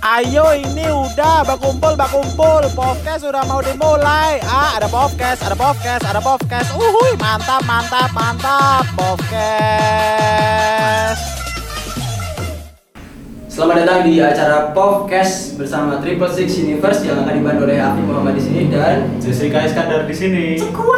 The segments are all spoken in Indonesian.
Ayo ini udah bakumpul podcast sudah mau dimulai. Ada podcast. Uhuy, mantap podcast. Selamat datang di acara podcast bersama Triple Six Universe yang akan dibantu oleh Afi Muhammad di sini dan Jessica Iskandar di sini.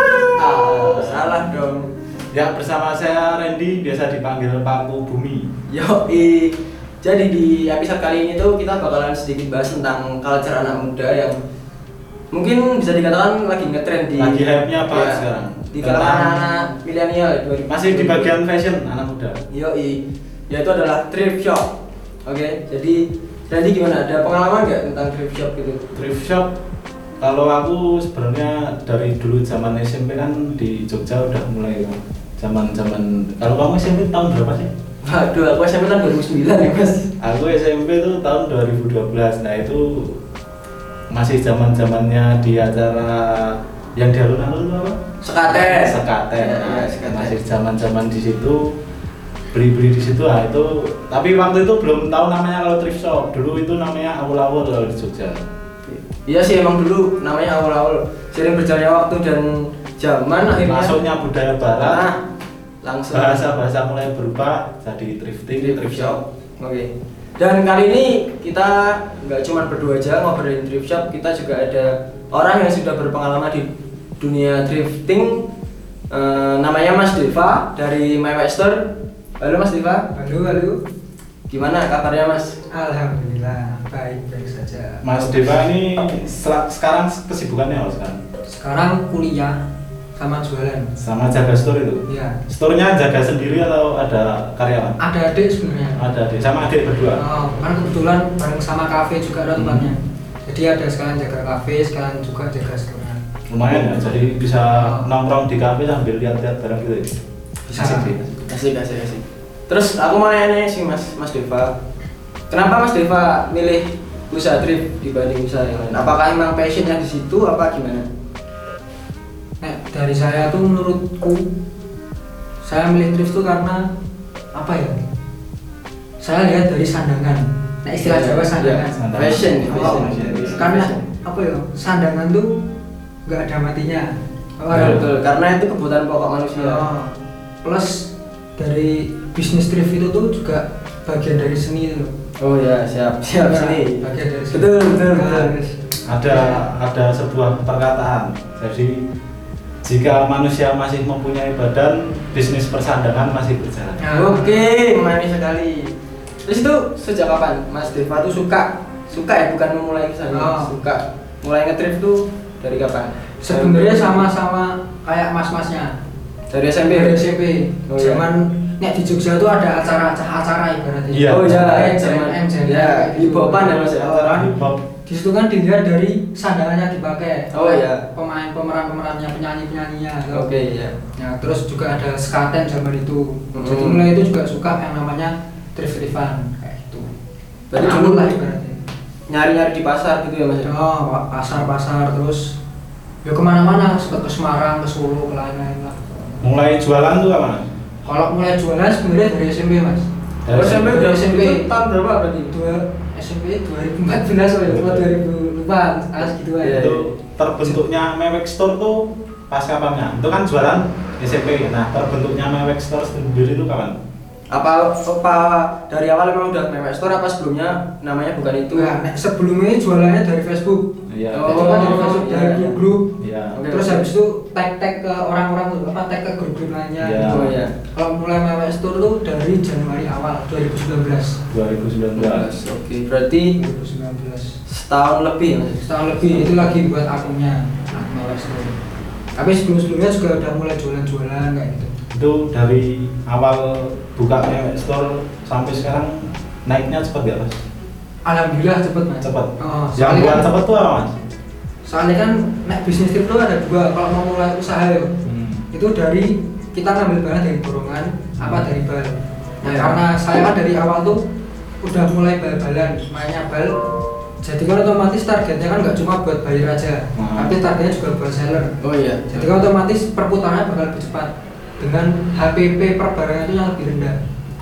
Salah dong. Ya, bersama saya Randy, biasa dipanggil Paku Bumi. Yoi. Jadi di episode kali ini tuh kita bakalan sedikit bahas tentang culture anak muda yang mungkin bisa dikatakan lagi ngetrend di Lagi hype-nya apa sekarang? Di kalangan anak milenial 2020. Masih di bagian fashion anak muda. Yoi. Yaitu adalah thrift shop. Oke, jadi Randy gimana? Ada pengalaman nggak tentang thrift shop gitu? Thrift shop, kalau aku sebenarnya dari dulu zaman SMP kan di Jogja udah mulai zaman. Kalau kamu SMP tahun berapa sih? Waduh, aku SMP kan 2009 ya mas. Aku SMP tuh tahun 2012. Nah itu masih zamannya di acara yang di alun-alun apa? Sekaten. Ya, masih zaman di situ. Beli di situ itu, tapi waktu itu belum tahu namanya kalau thrift shop. Dulu itu namanya awul-awul kalau di Jogja. Iya sih, emang dulu namanya awul-awul. Sering berjalannya waktu dan zaman akhirnya Masuknya budaya barat, langsung bahasa mulai berubah jadi thrifting, thrift shop. Oke. Dan kali ini kita nggak cuma berdua aja ngobrolin thrift shop, kita juga ada orang yang sudah berpengalaman di dunia thrifting. Namanya Mas Deva dari My Wester. Halo Mas Deva. Halo. Gimana kabarnya Mas? Alhamdulillah, baik saja. Mas Deva ini sekarang kesibukannya apa sekarang? Sekarang kuliah sama jualan. Sama jaga store itu? Iya. Store-nya jaga sendiri atau ada karyawan? Ada adik sebenarnya. Ada adik, sama adik berdua? Oh, kan kebetulan bareng sama kafe juga ada tempatnya. Jadi ada sekalian jaga kafe, sekalian juga jaga store. Lumayan ya, jadi bisa nongkrong di kafe sambil lihat-lihat barang gitu ya? Bisa. Asik. Terus aku mau nanya sih Mas Deva. Kenapa Mas Deva milih usaha thrift dibanding usaha yang lain? Apakah emang passionnya di situ apa gimana? Dari saya tuh menurutku saya milih thrift tuh karena apa ya? Saya lihat dari sandangan. Nah, istilah Jawa sandangan. Fashion. Karena apa ya? Sandangan tuh nggak ada matinya. Betul, karena itu kebutuhan pokok manusia. Plus dari bisnis thrift itu tuh juga bagian dari seni itu. Oh ya, siap sini. Bagian dari seni. Betul. Ada sebuah perkataan. Jadi jika manusia masih mempunyai badan, bisnis persandangan masih berjalan. Oke, manis sekali. Terus itu sejak kapan Mas Deva tuh suka ya, bukan memulai kesana. Suka mulai nge-thrift tuh dari kapan? Sebenarnya sama-sama kayak mas-masnya. Dari SMP. Oh, Zaman di Jogja tuh ada acara ibaratnya. Iya. Oh iya, zaman ya, hip-hopan ya Mas ya. Hip hop. Di situ kan dilihat dari sandangannya dipakai. Oh iya. Pemerannya, penyanyinya. Oke, iya. Ya, terus juga ada sekaten zaman itu. Jadi Hmm. mulai itu juga suka yang namanya thrift-thriftan kayak gitu. Berarti Nah, dulu lah ibaratnya. nyari di pasar gitu ya Mas. Oh, pasar terus ya kemana-mana, sempat ke Semarang, ke Solo, ke lain-lain lah. Mulai jualan tuh apa? Kalau mulai jualan sebenarnya dari SMP mas. Dari SMP. Itu tahun berapa berarti? SMP 2014 ya, 2000 lupa, gitu aja. Itu terbentuknya Mewek Store tuh pas kapannya? Itu kan jualan SMP. Nah, terbentuknya Mewek Store sendiri itu kapan? Apa dari awal memang udah Mewek Store apa sebelumnya namanya bukan itu? Sebelumnya jualannya dari Facebook. Iya. Itu kan dari Facebook, dari grup. Iya. Terus habis itu tag ke orang-orang tuh, tag ke grup-grup lainnya. Iya. Gitu. Oh iya. Kalau mulai Mewek Store tuh dari Januari awal 2019. 2019. Oke, berarti 2019. setahun lebih ya Mas. Setahun lebih itu lagi buat akunnya Mewek Store. Tapi sebelumnya juga udah mulai jualan-jualan kayak gitu. Itu dari awal buka Mewek Store sampai sekarang naiknya cepat gak mas? Alhamdulillah cepet mas. Cepat. Oh, Yang buat kan, cepet tuh apa mas? soalnya kan bisnis thrift itu ada dua. Kalau mau mulai usaha itu dari kita ngambil barang dari borongan apa dari bal. Nah karena saya kan dari awal tuh udah mulai bal-balan, mainnya bal. Jadi kan otomatis targetnya kan nggak cuma buat bayar aja, tapi targetnya juga buat seller. Oh iya. Jadi kan otomatis perputarannya bakal lebih cepat dengan HPP per barang itu yang lebih rendah.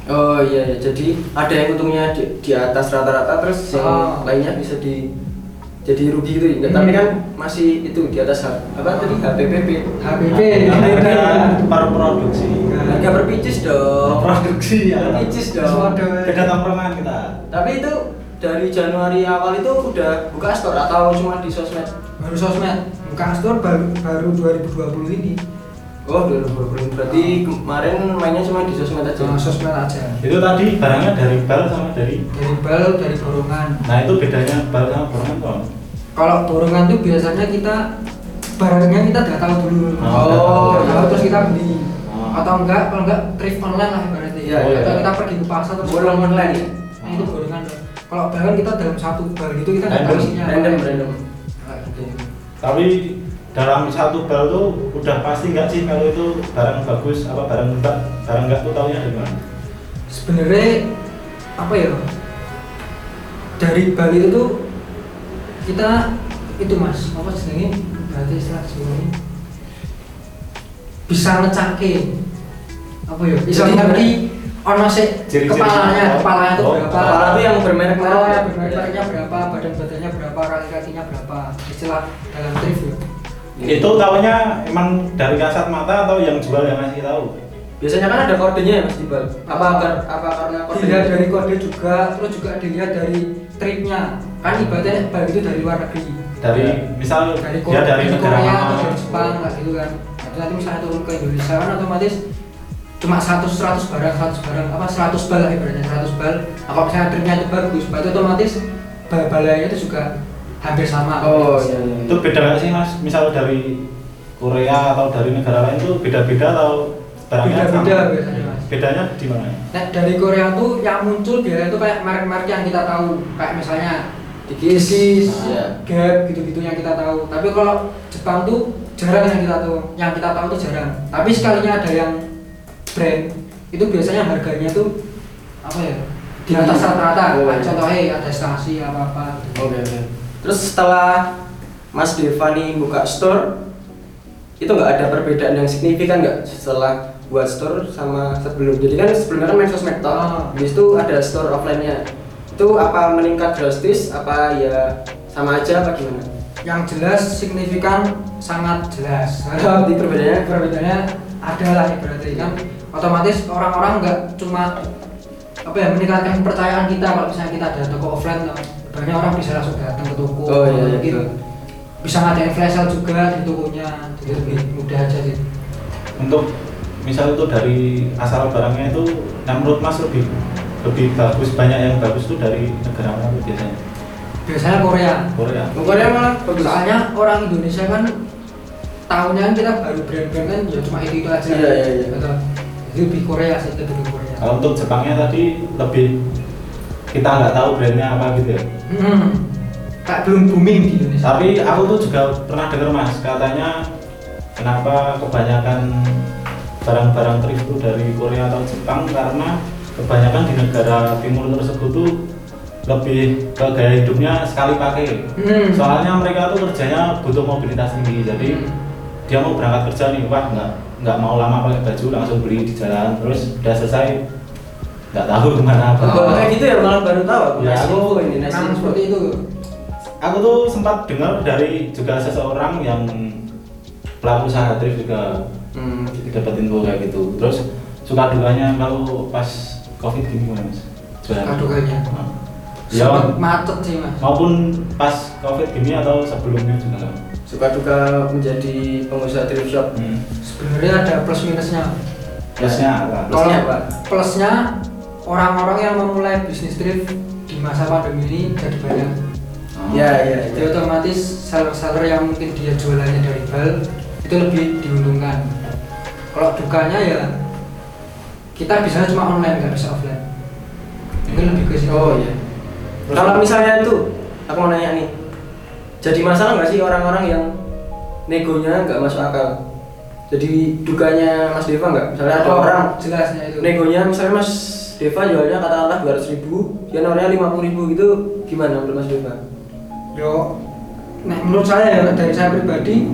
Oh iya, iya. Jadi ada yang untungnya di atas rata-rata, terus yang lainnya bisa jadi rugi gitu ya. Tapi kan masih itu di atas apa tadi HPPP. Harga per produksi. Harga per pieces dong. Produksi ya. Per pieces dong. Beda tongkrongan kita. Tapi itu dari Januari awal itu udah buka store atau cuma di sosmed? Baru sosmed, buka store baru 2020 ini. Oh, 2020. Berarti kemarin mainnya cuma di sosmed aja. Sosmed aja. Itu tadi barangnya dari bal sama dari bal, dari borongan. Nah, itu bedanya bal sama borongan kok. Kalau borongan tuh biasanya kita barangnya kita udah tahu dulu. Tahu terus kita beli. Atau kalau enggak thrift online lah ibaratnya. Iya, Atau kita pergi ke pasar terus borong online. Nah, itu borongan. Kalau bal kan kita dalam satu bal gitu kita nggak tahu isinya. Random. Tapi dalam satu bal tuh udah pasti nggak sih kalau itu barang bagus apa barang enggak tuh taunya dari mana? Sebenarnya apa ya? Dari bal itu tuh kita itu mas, apa sebenarnya? Berarti istilah sebenarnya bisa ngecake apa ya? Bisa ngerti ono sih kepalanya tuh berapa? Kepala itu yang bermerek Bermereknya berapa? Badannya berapa? Kaki-kakinya berapa? Istilah dalam thrift ya. Itu tahunya emang dari kasat mata atau yang jual yang ngasih tahu? Biasanya kan ada kodenya ya Mas Dibal. Apa karena kode? Dilihat dari kode juga, terus juga dilihat dari tripnya. Kan ibaratnya bal itu dari luar negeri. Dari misal Dari dia dari negara Korea mana? atau dari Jepang kayak gitu kan. Nah, nanti misalnya turun ke Indonesia kan otomatis cuma 100 barang apa 100 bal lah ibaratnya 100 bal. Nah, kalau misalnya tripnya itu bagus, berarti otomatis bal-balnya itu juga hampir sama. Oh iya. Itu beda nggak sih mas? Misal dari Korea atau dari negara lain itu beda-beda atau barangnya Beda-beda sama? biasanya mas. Bedanya di mana? Nah, dari Korea tuh yang muncul biasanya itu kayak merek-merek yang kita tahu, kayak misalnya Dikis, ya. Gap gitu-gitu yang kita tahu. Tapi kalau Jepang tuh jarang yang kita tahu. Yang kita tahu tuh jarang. Tapi sekalinya ada yang brand itu biasanya harganya tuh apa ya? Di atas rata-rata. Oh, Contohnya ada stasi apa-apa. Oke. Terus setelah Mas Devani buka store, itu nggak ada perbedaan yang signifikan nggak setelah buat store sama sebelum? Jadi kan sebelumnya kan main sosmed toh, habis itu ada store offline-nya. Itu apa meningkat drastis? Apa ya sama aja apa gimana? Yang jelas signifikan sangat jelas. Di Perbedaannya adalah berarti kan otomatis orang-orang nggak cuma apa ya meningkatkan kepercayaan kita kalau misalnya kita ada toko offline, banyak orang bisa langsung datang ke toko. Mungkin bisa ngadain flash sale juga di tokonya, jadi lebih mudah aja sih. Untuk misal itu dari asal barangnya itu yang menurut mas lebih bagus, banyak yang bagus itu dari negara mana biasanya? Biasanya Korea. Korea malah bagus. Soalnya orang Indonesia kan tahunnya kan kita baru brand-brand kan ya cuma itu aja. Iya. Betul. Jadi lebih Korea sih, lebih Korea. Kalau untuk Jepangnya tadi lebih kita nggak tahu brandnya apa gitu ya? Kayak belum booming di Indonesia. Tapi aku tuh juga pernah dengar mas, katanya kenapa kebanyakan barang-barang thrift itu dari Korea atau Jepang karena kebanyakan di negara timur tersebut tuh lebih ke gaya hidupnya sekali pakai. Soalnya mereka tuh kerjanya butuh mobilitas tinggi, jadi dia mau berangkat kerja nih, wah nggak mau lama pakai baju, langsung beli di jalan, terus udah selesai nggak tahu kemana. Kayak gitu ya, malah baru tahu. Ya, aku seperti itu. Aku tuh sempat dengar dari juga seseorang yang pelaku usaha thrift juga dapat info kayak gitu. Terus suka dukanya kalau pas COVID gini mas. Suka dukanya. Ya, macet sih mas. maupun pas COVID gini atau sebelumnya juga. Suka duka menjadi pengusaha thrift shop. Sebenarnya ada plus minusnya. Plusnya apa? Plusnya orang-orang yang memulai bisnis thrift di masa pandemi ini jadi banyak. Iya. Jadi otomatis seller-seller yang mungkin dia jualannya dari bal itu lebih diuntungkan. Kalau dukanya ya kita bisa cuma online, nggak bisa offline. Mungkin lebih ke situ. Oh iya. Kalau misalnya itu, aku mau nanya nih, jadi masalah nggak sih orang-orang yang negonya nggak masuk akal? Jadi dukanya Mas Deva nggak? Misalnya ada orang jelasnya itu. Negonya misalnya Mas Deva jualnya katakanlah 200.000, dia nawarnya 50.000 gitu, gimana menurut Mas Deva? Yo, nah menurut saya ya dari saya pribadi,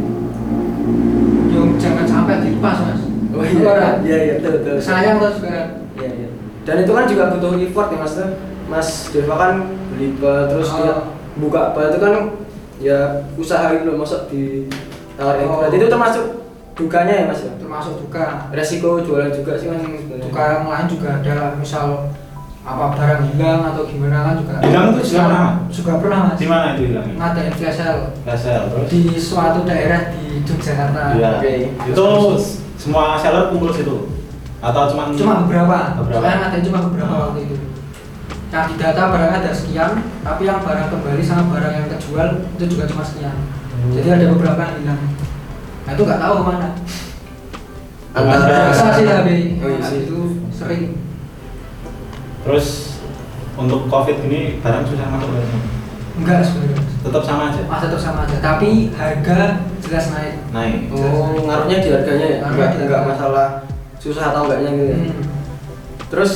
yo jangan sampai dilepas mas. Oh iya, betul. Sayang terus sekarang. Iya. Dan itu kan juga butuh effort ya Mas. Mas Deva kan beli bal terus dia buka bal itu kan ya usaha gitu loh, masuk di tawarin. Berarti itu termasuk dukanya ya Mas ya? Termasuk duka. Resiko jualan juga sih Mas sebenarnya. Duka yang lain juga ada, misal apa barang hilang atau gimana kan juga. Hilang itu juga pernah? Juga pernah Mas. Di mana itu hilangnya? Ngadain flash sale. Flash sale terus? Di suatu daerah di Yogyakarta. Iya. Oke. Itu semua seller kumpul situ? Atau Cuma beberapa. Beberapa. Soalnya ngadain cuma beberapa waktu itu. Nah di data barangnya ada sekian, tapi yang barang kembali sama barang yang kejual itu juga cuma sekian. Jadi ada beberapa yang hilang. Nah itu nggak tahu kemana. Antara Biasa sih tapi Oh, iya sih. itu sering. Terus untuk COVID ini barang susah masuk berarti? Enggak sebenarnya. Tetap sama aja? Masih tetap sama aja, tapi harga jelas naik. Naik. Oh, ngaruhnya di harganya ya? Ngaruhnya di Enggak harga. masalah susah atau enggaknya gitu ya? Terus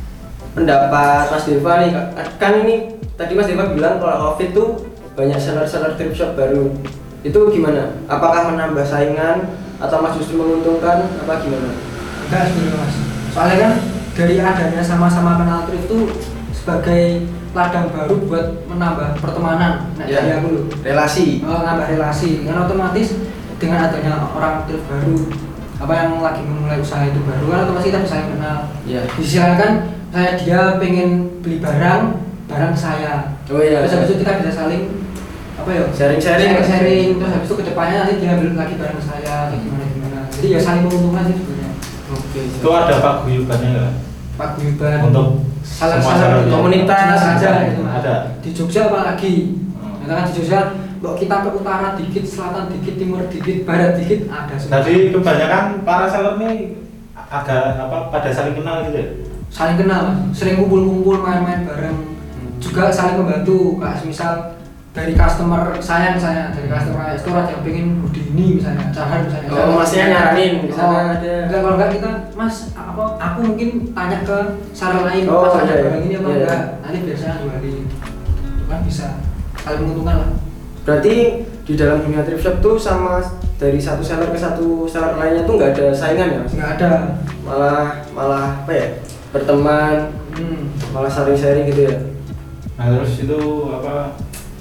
pendapat Mas Deva nih, kan ini tadi Mas Deva bilang kalau COVID tuh banyak seller-seller thrift shop baru. Itu gimana? Apakah menambah saingan atau Mas justru menguntungkan apa gimana? Enggak sebenarnya Mas. Soalnya kan dari adanya sama-sama kenal thrift itu sebagai ladang baru buat menambah pertemanan. Nah, Ya. dari aku loh. Relasi. Nambah relasi. Kan otomatis dengan adanya orang thrift baru, apa yang lagi memulai usaha itu baru kan otomatis kita bisa saling kenal. Ya. Di sisi lain kan dia pengen beli barang ke saya. Oh iya. Terus habis itu kita bisa saling apa ya? Sharing-sharing. Terus habis itu kedepannya nanti dia beli lagi barang ke saya atau gimana. Jadi ya saling menguntungkan sih sebenarnya. Oke. Itu ada paguyubannya nggak? Paguyuban Untuk salah semua seller komunitas aja itu Mas. ada. Di Jogja apalagi. Hmm. Nah, di Jogja kok kita ke utara dikit, selatan dikit, timur dikit, barat dikit ada semua. Tadi kebanyakan para seller nih agak pada saling kenal gitu ya? Saling kenal, Mas. Sering kumpul-kumpul main-main bareng. Juga saling membantu. Kayak misal dari customer saya misalnya, dari customer store ada yang pengen hoodie ini misalnya, cahan misalnya. Oh, Masnya nyaranin misalnya ada. Enggak, kalau enggak kita, Mas, aku mungkin tanya ke seller lain, Oh, Mas ada iya, barang ini apa iya. enggak. Nanti biasanya jualin. Itu kan bisa saling menguntungkan lah. Berarti di dalam dunia thrift shop tuh sama dari satu seller ke satu seller lainnya tuh nggak ada saingan ya Mas? Enggak ada. Malah apa ya? Berteman, malah sharing-sharing gitu ya. Nah terus itu apa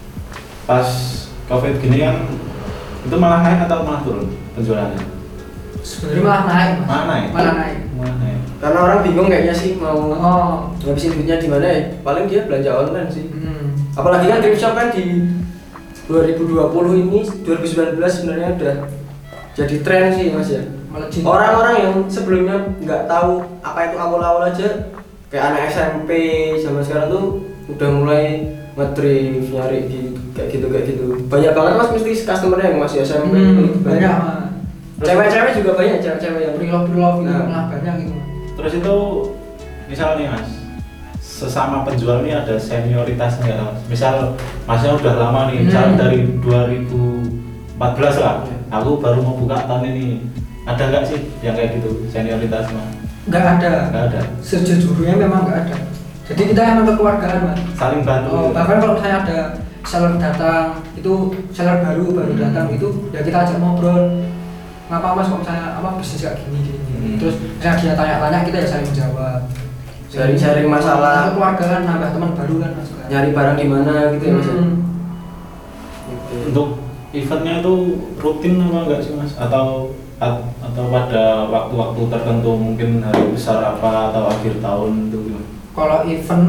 pas COVID gini kan itu malah naik atau malah turun penjualannya? Sebenarnya malah naik, Mas. Malah naik. Malah naik. Malah naik. Karena orang bingung kayaknya sih mau Oh. ngabisin duitnya di mana ya. Paling dia belanja online sih. Hmm. Apalagi kan thrift shop kan di 2020 ini 2019 sebenarnya udah jadi tren sih Mas ya. Melejit. Orang-orang yang sebelumnya nggak tahu apa itu awal-awal aja kayak anak SMP zaman sekarang tuh udah mulai nge-thrift nyari gitu kayak gitu. Banyak banget Mas mesti customernya yang masih SMP. Banyak, Mas. Cewek-cewek juga banyak, cewek-cewek yang Pre-love gitu, Nah. malah banyak gitu. Terus itu misal nih Mas, sesama penjual nih ada senioritasnya nggak Mas? Misal Masnya udah lama nih, misal dari 2014 lah, aku baru mau buka tahun ini. Ada nggak sih yang kayak gitu senioritas Mas? Nggak ada. Nggak ada. Sejujurnya memang nggak ada. Jadi kita emang kekeluargaan, Mas. Saling bantu. Oh, bahkan kalau misalnya ada seller datang, itu seller baru datang itu, ya kita ajak ngobrol. Ngapa Mas kok misalnya apa bisnis kayak gini. Terus misalnya dia tanya-tanya kita ya saling menjawab. sharing-sharing masalah, Kekeluargaan, nambah teman baru kan Mas. nyari barang di mana gitu ya Mas. Oke. Untuk eventnya itu rutin apa enggak sih Mas? Atau pada waktu-waktu tertentu mungkin hari besar apa atau akhir tahun itu gimana? Kalau event,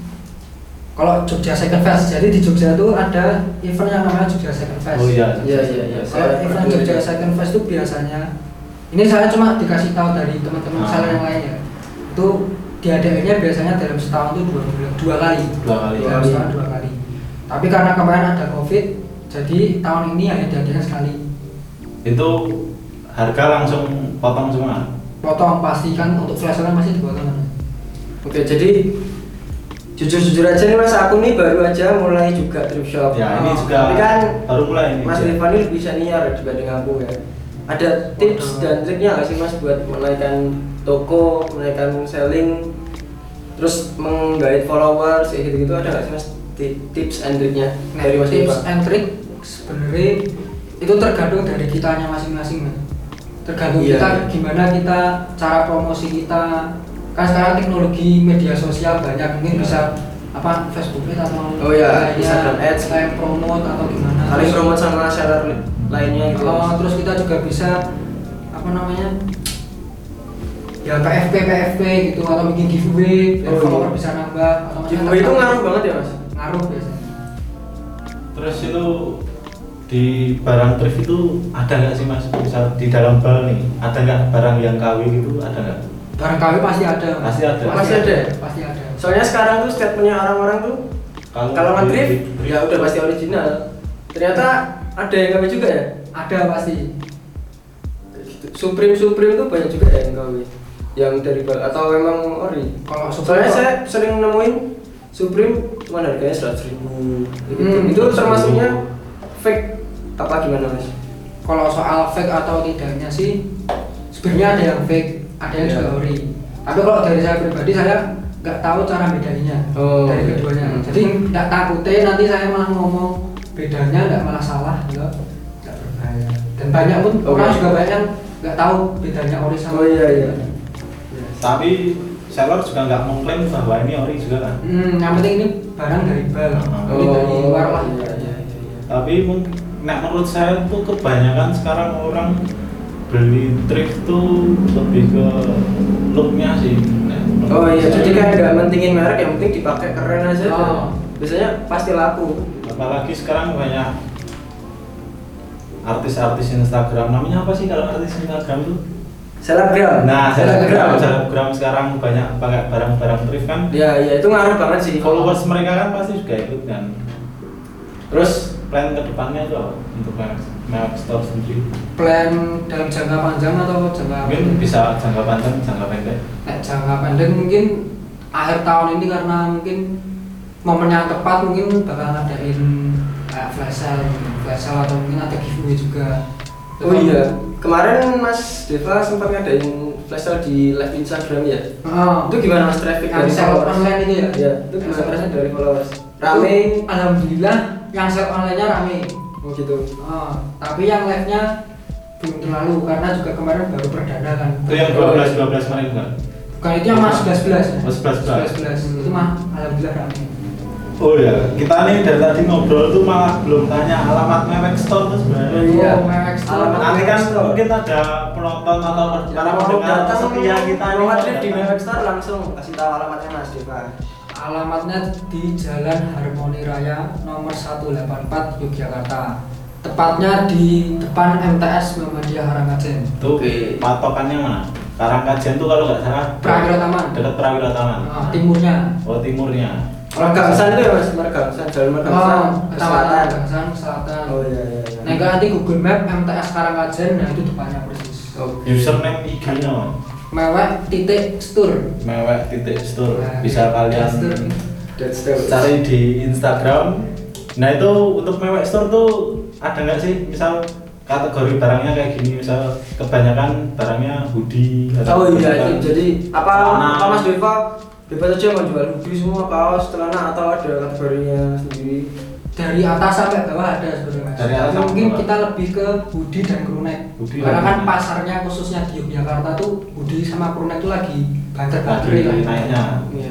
kalau Jogja Second Fest, jadi di Jogja itu ada event yang namanya Jogja Second Fest. Oh iya. Iya. Kalau event Jogja Second Fest itu biasanya, ini saya cuma dikasih tahu dari teman-teman seller yang lainnya, itu diadainnya biasanya dalam setahun itu dua kali. Dalam setahun 2 kali. Tapi karena kemarin ada COVID, jadi tahun ini hanya diadakan sekali. Itu harga langsung potong semua. Potong pastikan untuk flash sale masih dipotong. Oke, jadi jujur aja nih Mas, aku nih baru aja mulai juga thrift shop. Ya ini juga Tapi kan baru mulai ini. Mas Rifani lebih senior dibanding aku ya. Ada tips dan triknya nggak sih Mas buat menaikkan toko, menaikkan selling, terus menggait followers kayak gitu-gitu, ada nggak sih Mas tips and triknya dari Mas Tips Rifani? and trick sebenarnya itu tergantung dari kitanya masing-masing, Mas. Tergantung Iya, kita iya. gimana kita cara promosi kita kan sekarang teknologi media sosial banyak, mungkin Ya. bisa apa Facebooknya atau Oh ya, lainnya, Instagram Ads. kayak promote atau gimana. Saling Terus- promote sama seller lainnya gitu. terus kita juga bisa apa namanya ya PFP gitu atau bikin giveaway biar Oh, iya. follower bisa nambah atau Giveaway itu ngaruh banget ya mas? ngaruh biasanya. Terus itu di barang thrift itu ada nggak sih mas? Misal di dalam bal nih, ada nggak barang yang KW gitu? Ada nggak? Barang KW pasti ada. Mas. Pasti ada. Pasti ada. Pasti ada. Soalnya sekarang tuh statementnya orang-orang tuh kalau nge-thrift ya udah pasti original. Ternyata ada yang KW juga ya? Ada pasti. Supreme tuh banyak juga ya yang KW yang dari bal atau memang ori. Kalau Soalnya saya sering nemuin Supreme cuma harganya 100.000 gitu. Itu termasuknya fake apa gimana mas? kalau soal fake atau tidaknya sih sebenarnya ada yang fake, ada yang juga ori. Tapi kalau dari saya pribadi saya nggak tahu cara bedanya dari keduanya. Jadi nggak takutnya nanti saya malah ngomong bedanya nggak malah salah, nggak berbahaya. Dan banyak pun orang juga banyak yang nggak tahu bedanya ori sama. Oh iya. Tapi seller juga nggak mengklaim bahwa ini ori juga kan? Yang penting ini barang dari bal, ini dari luar lah. Iya. Tapi mungkin, menurut saya tuh kebanyakan sekarang orang beli thrift tuh lebih ke looknya sih. Oh iya, jadi kayak nggak mentingin merek, yang penting dipakai keren aja. Biasanya pasti laku. Apalagi sekarang banyak artis-artis Instagram, namanya apa sih kalau artis Instagram tuh? Selebgram. Nah, Selebgram. selebgram sekarang banyak pakai barang-barang thrift kan? Iya, itu ngaruh banget sih. Followers mereka kan pasti juga ikut kan. Terus plan kedepannya itu apa untuk Mewek Store sendiri? Plan dalam jangka panjang atau jangka Mungkin bisa jangka panjang, jangka pendek. jangka pendek mungkin akhir tahun ini karena mungkin momen yang tepat mungkin bakal ngadain kayak flash sale atau mungkin ada giveaway juga. Oh iya, kemarin Mas Deva sempat ngadain flash sale di live Instagram ya. Itu gimana Mas traffic yang dari sale followers? online itu ya? Iya, itu gimana rasanya dari followers? Rame. Alhamdulillah yang sale online-nya rame. Oh gitu. Tapi yang live-nya belum terlalu karena juga kemarin baru perdana kan. Itu yang 12 kemarin bukan? Bukan, itu yang mas 11 ya? Oh, 11. Itu mah alhamdulillah rame. Oh ya, kita nih dari tadi ngobrol tuh malah belum tanya alamat Mewek Store tuh sebenarnya. Iya. Mewek Store. Alamat Nanti kan Mewek Store. mungkin ada penonton atau para Mau pendengar datang setia kita mau nih. trip di Mewek Store langsung kasih tahu alamatnya Mas Deva. Alamatnya di Jalan Harmoni Raya nomor 184 Yogyakarta. Tepatnya di depan MTS Muhammadiyah Harangkajen. Tuh Oke. patokannya mana? Karangkajen tuh kalau nggak salah Prawira Taman. dekat Prawira Taman. Timurnya. Oh timurnya. Margangsan itu ya Mas, Margangsan, Jalan Margangsan ke selatan. Selatan. Oh iya. Nah, kalau nanti Google Map MTS Karangkajen, nah itu depannya persis. Oke. Username IG-nya apa? Mewek.store. Mewek.store. Nah, Bisa kalian store. That's the cari di Instagram. Nah itu untuk Mewek Store tuh ada nggak sih misal kategori barangnya kayak gini, misal kebanyakan barangnya hoodie Oh iya, misalkan jadi apa celana. Mas Deva bebas aja mau jual hoodie semua, kaos, celana atau ada kategorinya sendiri? Dari atas sampai bawah ada sebenarnya Mas. Dari atas Tapi sampai mungkin bawah. kita lebih ke hoodie dan crewneck. Hoodie Karena dan kan crewneck. pasarnya khususnya di Yogyakarta tuh hoodie sama crewneck tuh lagi banter-banter lagi naiknya. Iya.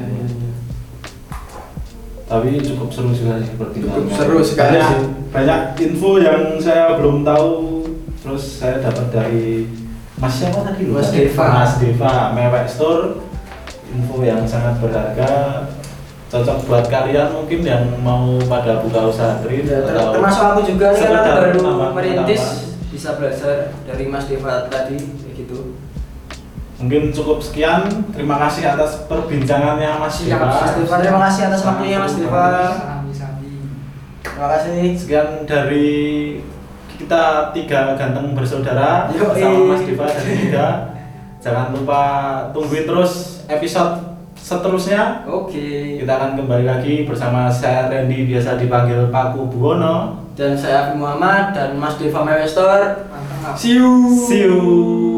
Tapi cukup seru juga sih perbincangannya. Cukup seru sekali banyak, sih. banyak info yang saya belum tahu, terus saya dapat dari Mas siapa tadi? Mas Deva. Mas Deva, Mewek Store. Info yang sangat berharga, cocok buat kalian mungkin yang mau pada buka usaha thrift Ya, atau termasuk aku juga nih kan sekedar baru nambah merintis, pengetahuan. bisa belajar dari Mas Deva tadi kayak gitu. Mungkin cukup sekian. Terima kasih atas perbincangannya Mas Siap, Deva. Mas Deva, terima kasih atas waktunya Mas Deva. Sabi-sabi. Terima kasih. Sekian dari kita tiga ganteng bersaudara Yoi. bersama Mas Deva dan Ida. Jangan lupa tungguin terus episode seterusnya. Oke. Kita akan kembali lagi bersama saya Randy, biasa dipanggil Paku Buwono. Dan saya Afi Muhammad dan Mas Deva Mewek Store. Mantap. See you. See you.